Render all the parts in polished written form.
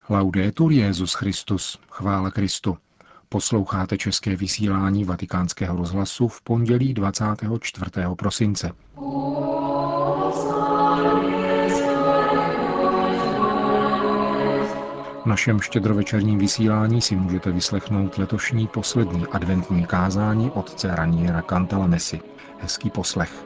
Laudetur Jesus Christus, chvála Kristu. Posloucháte české vysílání Vatikánského rozhlasu v pondělí 24. prosince. V našem štědrovečerním vysílání si můžete vyslechnout letošní poslední adventní kázání otce Raniera Cantalamessy. Hezký poslech.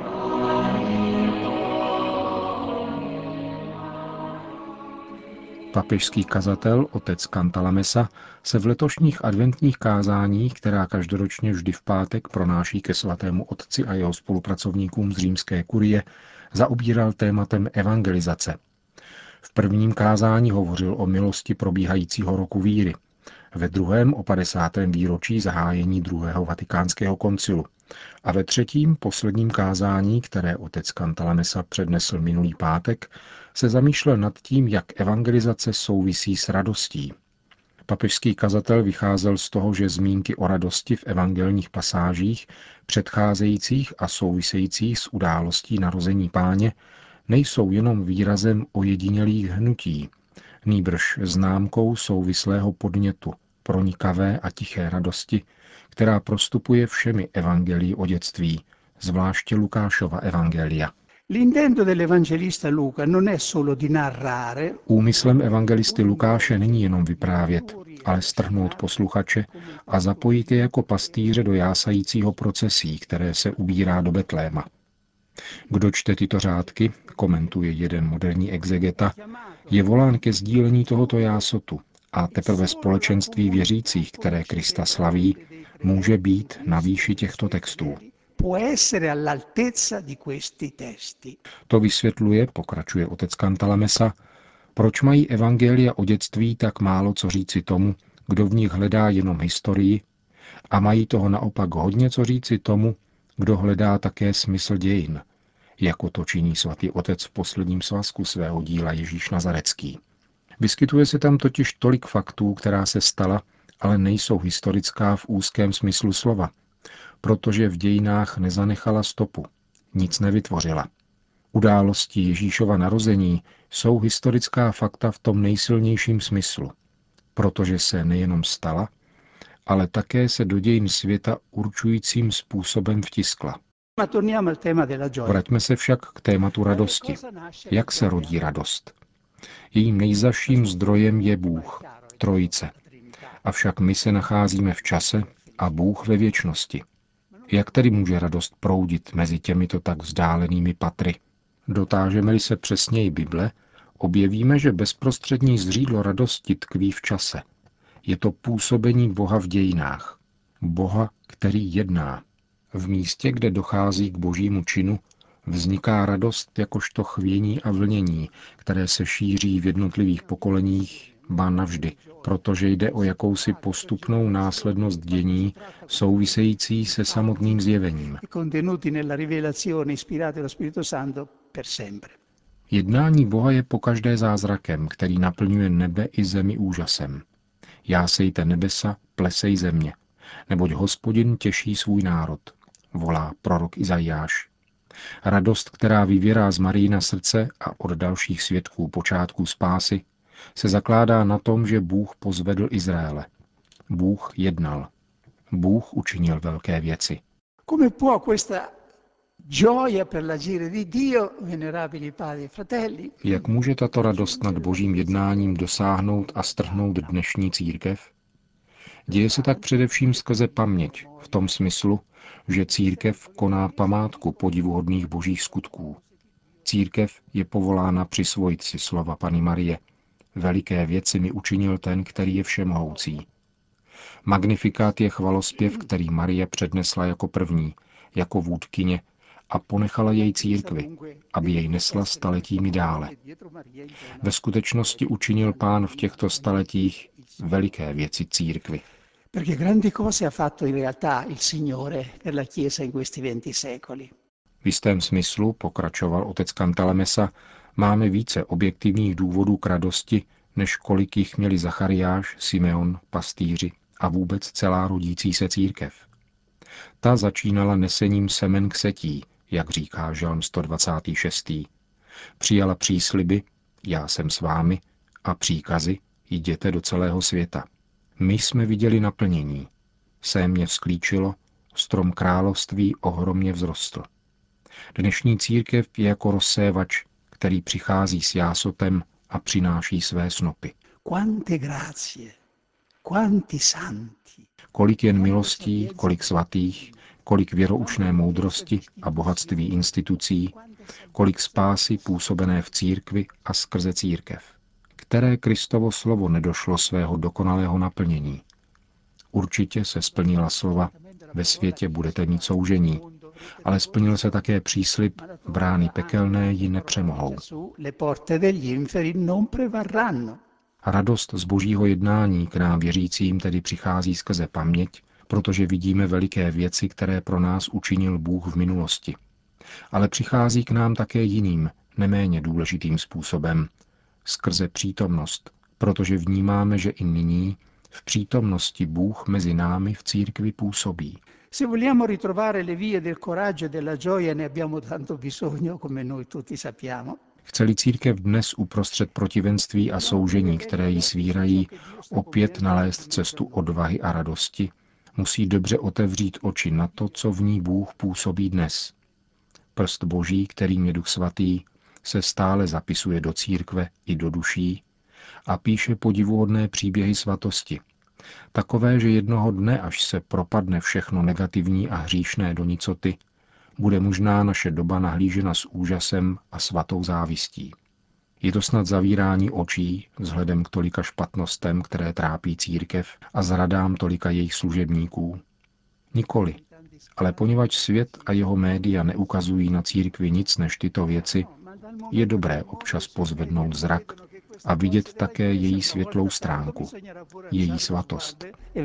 Papežský kazatel otec Cantalamessa se v letošních adventních kázáních, která každoročně vždy v pátek pronáší ke svatému otci a jeho spolupracovníkům z římské kurie, zaobíral tématem evangelizace. V prvním kázání hovořil o milosti probíhajícího roku víry, ve druhém o 50. výročí zahájení druhého vatikánského koncilu a ve třetím, posledním kázání, které otec Cantalamessa přednesl minulý pátek, se zamýšlel nad tím, jak evangelizace souvisí s radostí. Papežský kazatel vycházel z toho, že zmínky o radosti v evangelních pasážích, předcházejících a souvisejících s událostí narození Páně, nejsou jenom výrazem ojedinělých hnutí, nýbrž známkou souvislého podnětu, pronikavé a tiché radosti, která prostupuje všemi evangelii o dětství, zvláště Lukášova evangelia. Úmyslem evangelisty Lukáše není jenom vyprávět, ale strhnout posluchače a zapojit je jako pastýře do jásajícího procesí, které se ubírá do Betléma. Kdo čte tyto řádky, komentuje jeden moderní exegeta, je volán ke sdílení tohoto jásotu a teprve společenství věřících, které Krista slaví, může být na výši těchto textů. To vysvětluje, pokračuje otec Cantalamessa, proč mají evangelia o dětství tak málo co říci tomu, kdo v nich hledá jenom historii, a mají toho naopak hodně co říci tomu, kdo hledá také smysl dějin, jako to činí svatý otec v posledním svazku svého díla Ježíš Nazarecký. Vyskytuje se tam totiž tolik faktů, která se stala, ale nejsou historická v úzkém smyslu slova, protože v dějinách nezanechala stopu, nic nevytvořila. Události Ježíšova narození jsou historická fakta v tom nejsilnějším smyslu, protože se nejenom stala, ale také se do dějin světa určujícím způsobem vtiskla. Vraťme se však k tématu radosti. Jak se rodí radost? Jejím nejzazším zdrojem je Bůh, Trojice. Avšak my se nacházíme v čase a Bůh ve věčnosti. Jak tedy může radost proudit mezi těmito tak vzdálenými patry? Dotážeme-li se přesněji Bible, objevíme, že bezprostřední zřídlo radosti tkví v čase. Je to působení Boha v dějinách. Boha, který jedná. V místě, kde dochází k božímu činu, vzniká radost jakožto chvění a vlnění, které se šíří v jednotlivých pokoleních, ba navždy, protože jde o jakousi postupnou následnost dění související se samotným zjevením. Jednání Boha je pokaždé zázrakem, který naplňuje nebe i zemi úžasem. Jásejte nebesa, plesej země, neboť Hospodin těší svůj národ, volá prorok Izajáš. Radost, která vyvěrá z Marijina srdce a od dalších svědků počátků spásy, se zakládá na tom, že Bůh pozvedl Izraele. Bůh jednal. Bůh učinil velké věci. Jak může tato radost nad božím jednáním dosáhnout a strhnout dnešní církev? Děje se tak především skrze paměť, v tom smyslu, že církev koná památku podivuhodných božích skutků. Církev je povolána přisvojit si slova Panny Marie. Veliké věci mi učinil ten, který je všemohoucí. Magnifikát je chvalospěv, který Marie přednesla jako první, jako vůdkyně, a ponechala jej církvi, aby jej nesla staletími dále. Ve skutečnosti učinil Pán v těchto staletích veliké věci církvi. Perché grandi cose ha fatto in realtà il Signore per la Chiesa in questi 20 secoli. V jistém smyslu, pokračoval otec Cantalamessa, máme více objektivních důvodů k radosti, než kolik jich měli Zachariáš, Simeon, pastýři a vůbec celá rodící se církev. Ta začínala nesením semen k setí, jak říká Žalm 126. Přijala přísliby, já jsem s vámi, a příkazy, Jděte do celého světa. My jsme viděli naplnění. Sémě vzklíčilo, strom království ohromně vzrostl. Dnešní církev je jako rozsévač, který přichází s jásotem a přináší své snopy. Quante grazie, quanti santi. Kolik jen milostí, kolik svatých, kolik věroučné moudrosti a bohatství institucí, kolik spásy působené v církvi a skrze církev. Které Kristovo slovo nedošlo svého dokonalého naplnění. Určitě se splnila slova, ve světě budete mít soužení, ale splnil se také příslib, brány pekelné ji nepřemohou. Radost z božího jednání k nám věřícím tedy přichází skrze paměť, protože vidíme veliké věci, které pro nás učinil Bůh v minulosti. Ale přichází k nám také jiným, neméně důležitým způsobem, skrze přítomnost, protože vnímáme, že i nyní v přítomnosti Bůh mezi námi v církvi působí. Se vogliamo ritrovare le vie del coraggio e della gioia, ne abbiamo tanto bisogno, come noi tutti sappiamo. Chce-li církev dnes uprostřed protivenství a soužení, které jí svírají, opět nalézt cestu odvahy a radosti, musí dobře otevřít oči na to, co v ní Bůh působí dnes. Prst Boží, kterým je Duch Svatý, se stále zapisuje do církve i do duší a píše podivuhodné příběhy svatosti. Takové, že jednoho dne, až se propadne všechno negativní a hříšné do nicoty, bude možná naše doba nahlížena s úžasem a svatou závistí. Je to snad zavírání očí vzhledem k tolika špatnostem, které trápí církev a zradám tolika jejich služebníků? Nikoli. Ale poněvadž svět a jeho média neukazují na církvi nic než tyto věci, je dobré občas pozvednout zrak a vidět také její světlou stránku, její svatost.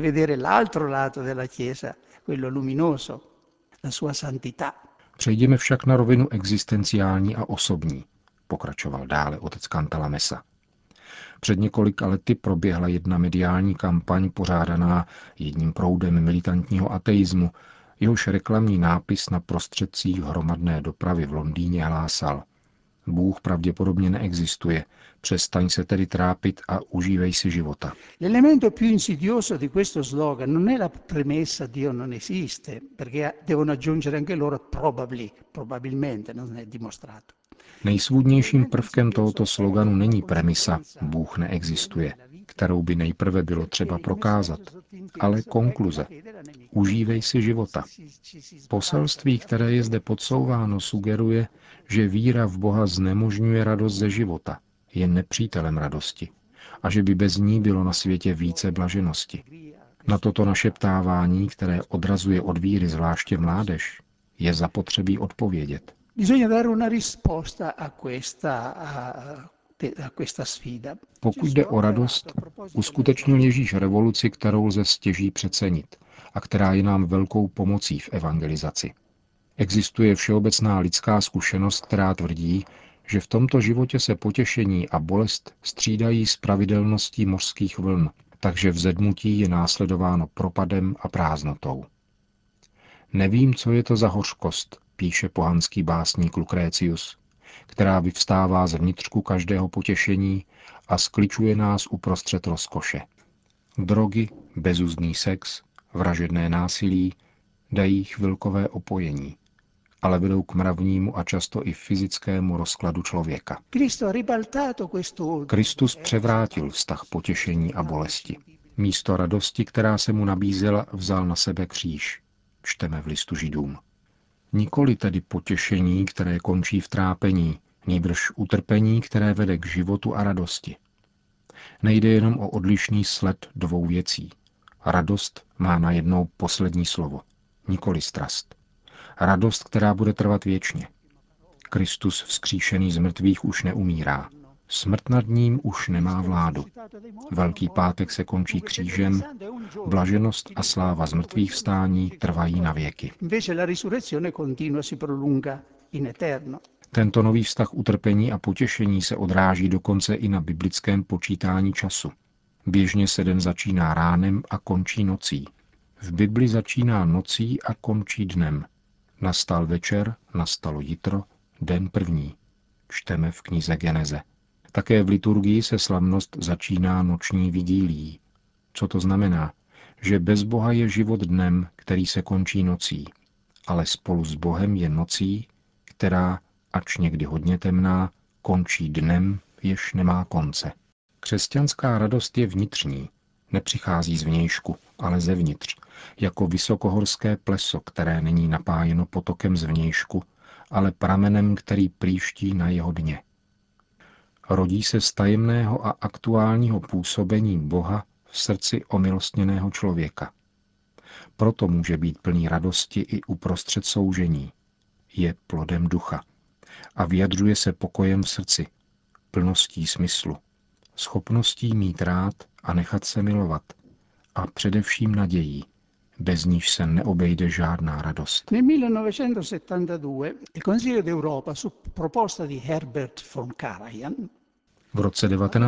Přejdeme však na rovinu existenciální a osobní, pokračoval dále otec Cantalamessa. Před několika lety proběhla jedna mediální kampaň pořádaná jedním proudem militantního ateismu, jehož reklamní nápis na prostředcích hromadné dopravy v Londýně hlásal: Bůh pravděpodobně neexistuje, přestaň se tedy trápit a užívej si života. L'elemento più insidioso di questo slogan non è la premessa Dio non esiste, perché devono aggiungere anche loro probabilmente, non è dimostrato. Nejsvůdnějším prvkem tohoto sloganu není premisa Bůh neexistuje, kterou by nejprve bylo třeba prokázat, ale konkluze. Užívej si života. Poselství, které je zde podsouváno, sugeruje, že víra v Boha znemožňuje radost ze života, je nepřítelem radosti a že by bez ní bylo na světě více blaženosti. Na toto našeptávání, které odrazuje od víry zvláště mládež, je zapotřebí odpovědět. Pokud jde o radost, uskutečnil Ježíš revoluci, kterou lze stěží přecenit a která je nám velkou pomocí v evangelizaci. Existuje všeobecná lidská zkušenost, která tvrdí, že v tomto životě se potěšení a bolest střídají s pravidelností mořských vln, takže vzedmutí je následováno propadem a prázdnotou. Nevím, co je to za hořkost, píše pohanský básník Lucretius, která vyvstává z vnitřku každého potěšení a skličuje nás uprostřed rozkoše. Drogy, bezuzdný sex, vražedné násilí dají chvilkové opojení, ale vedou k mravnímu a často i fyzickému rozkladu člověka. Kristus převrátil vztah potěšení a bolesti. Místo radosti, která se mu nabízela, vzal na sebe kříž. Čteme v listu Židům. Nikoli tedy potěšení, které končí v trápení, nýbrž utrpení, které vede k životu a radosti. Nejde jenom o odlišný sled dvou věcí. Radost má najednou poslední slovo, nikoli strast. Radost, která bude trvat věčně. Kristus vzkříšený z mrtvých už neumírá. Smrt nad ním už nemá vládu. Velký pátek se končí křížem, blaženost a sláva z mrtvých vstání trvají na věky. Tento nový vztah utrpení a potěšení se odráží dokonce i na biblickém počítání času. Běžně se den začíná ránem a končí nocí. V Bibli začíná nocí a končí dnem. Nastal večer, nastalo jitro, den první. Čteme v knize Geneze. Také v liturgii se slavnost začíná noční vigílií. Co to znamená? Že bez Boha je život dnem, který se končí nocí, ale spolu s Bohem je nocí, která, ač někdy hodně temná, končí dnem, jež nemá konce. Křesťanská radost je vnitřní, nepřichází zvnějšku, ale zevnitř, jako vysokohorské pleso, které není napájeno potokem zvnějšku, ale pramenem, který prýští na jeho dně. Rodí se z tajemného a aktuálního působení Boha v srdci omilostněného člověka. Proto může být plný radosti i uprostřed soužení. Je plodem ducha a vyjadřuje se pokojem v srdci, plností smyslu, schopností mít rád a nechat se milovat a především nadějí, bez níž se neobejde žádná radost. Nel 1972 il Consiglio d'Europa su proposta di Herbert von Karajan V roce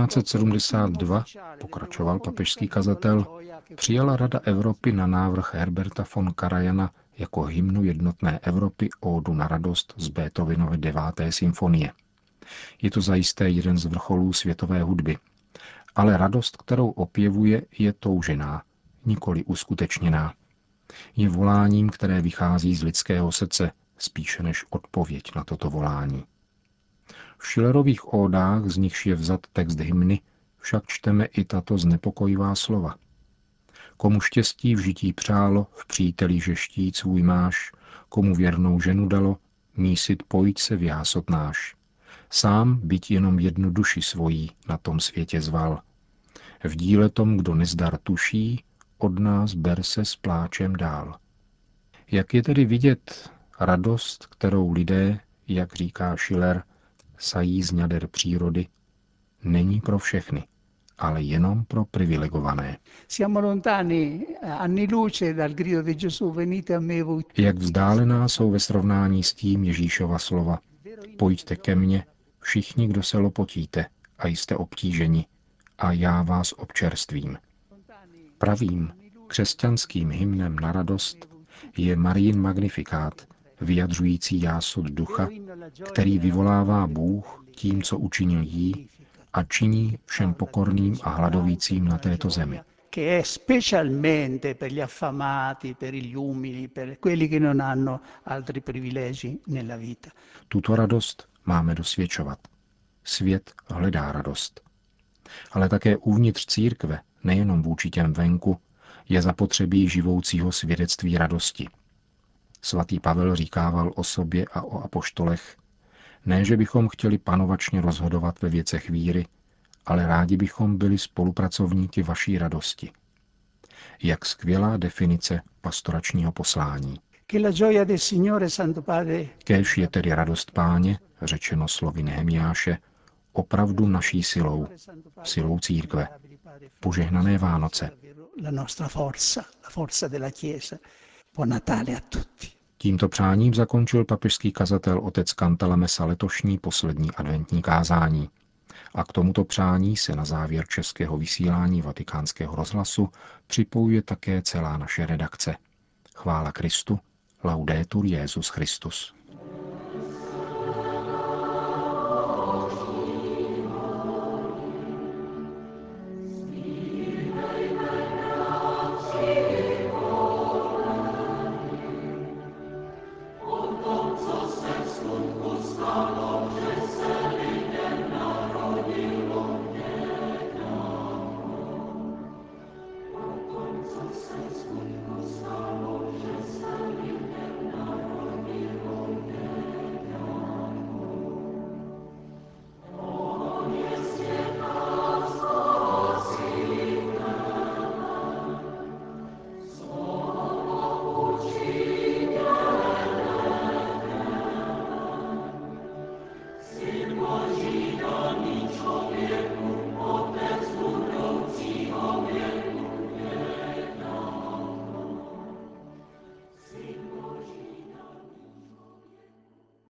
1972, pokračoval papežský kazatel, přijala Rada Evropy na návrh Herberta von Karajana jako hymnu jednotné Evropy ódu na radost z Beethovenovy 9. symfonie. Je to zajisté jeden z vrcholů světové hudby, ale radost, kterou opěvuje, je toužená, nikoli uskutečněná. Je voláním, které vychází z lidského srdce, spíše než odpověď na toto volání. V Schillerových ódách, z nichž je vzat text hymny, však čteme i tato znepokojivá slova. Komu štěstí v žití přálo, v příteli že štít svůj máš, komu věrnou ženu dalo, mísit pojď se v jásot náš. Sám byť jenom jednu duši svojí na tom světě zval. V díle tom, kdo nezdar tuší, od nás ber se s pláčem dál. Jak je tedy vidět, radost, kterou lidé, jak říká Schiller, sají z jader přírody, není pro všechny, ale jenom pro privilegované. Jak vzdálená jsou ve srovnání s tím Ježíšova slova. Pojďte ke mně, všichni, kdo se lopotíte a jste obtíženi, a já vás občerstvím. Pravým křesťanským hymnem na radost je Marijin magnifikát, vyjadřující jásot ducha, který vyvolává Bůh tím, co učinil jí a činí všem pokorným a hladovícím na této zemi. Tuto radost máme dosvědčovat. Svět hledá radost. Ale také uvnitř církve, nejenom vůči těm venku, je zapotřebí živoucího svědectví radosti. Svatý Pavel říkával o sobě a o apoštolech, ne, že bychom chtěli panovačně rozhodovat ve věcech víry, ale rádi bychom byli spolupracovníky vaší radosti. Jak skvělá definice pastoračního poslání. Kéž je tedy radost Páně, řečeno slovy Nehemiáše, opravdu naší silou, silou církve. Požehnané Vánoce. Tímto přáním zakončil papežský kazatel otec Cantalamessa letošní poslední adventní kázání. A k tomuto přání se na závěr českého vysílání Vatikánského rozhlasu připojuje také celá naše redakce. Chvála Kristu, laudetur Jesus Christus.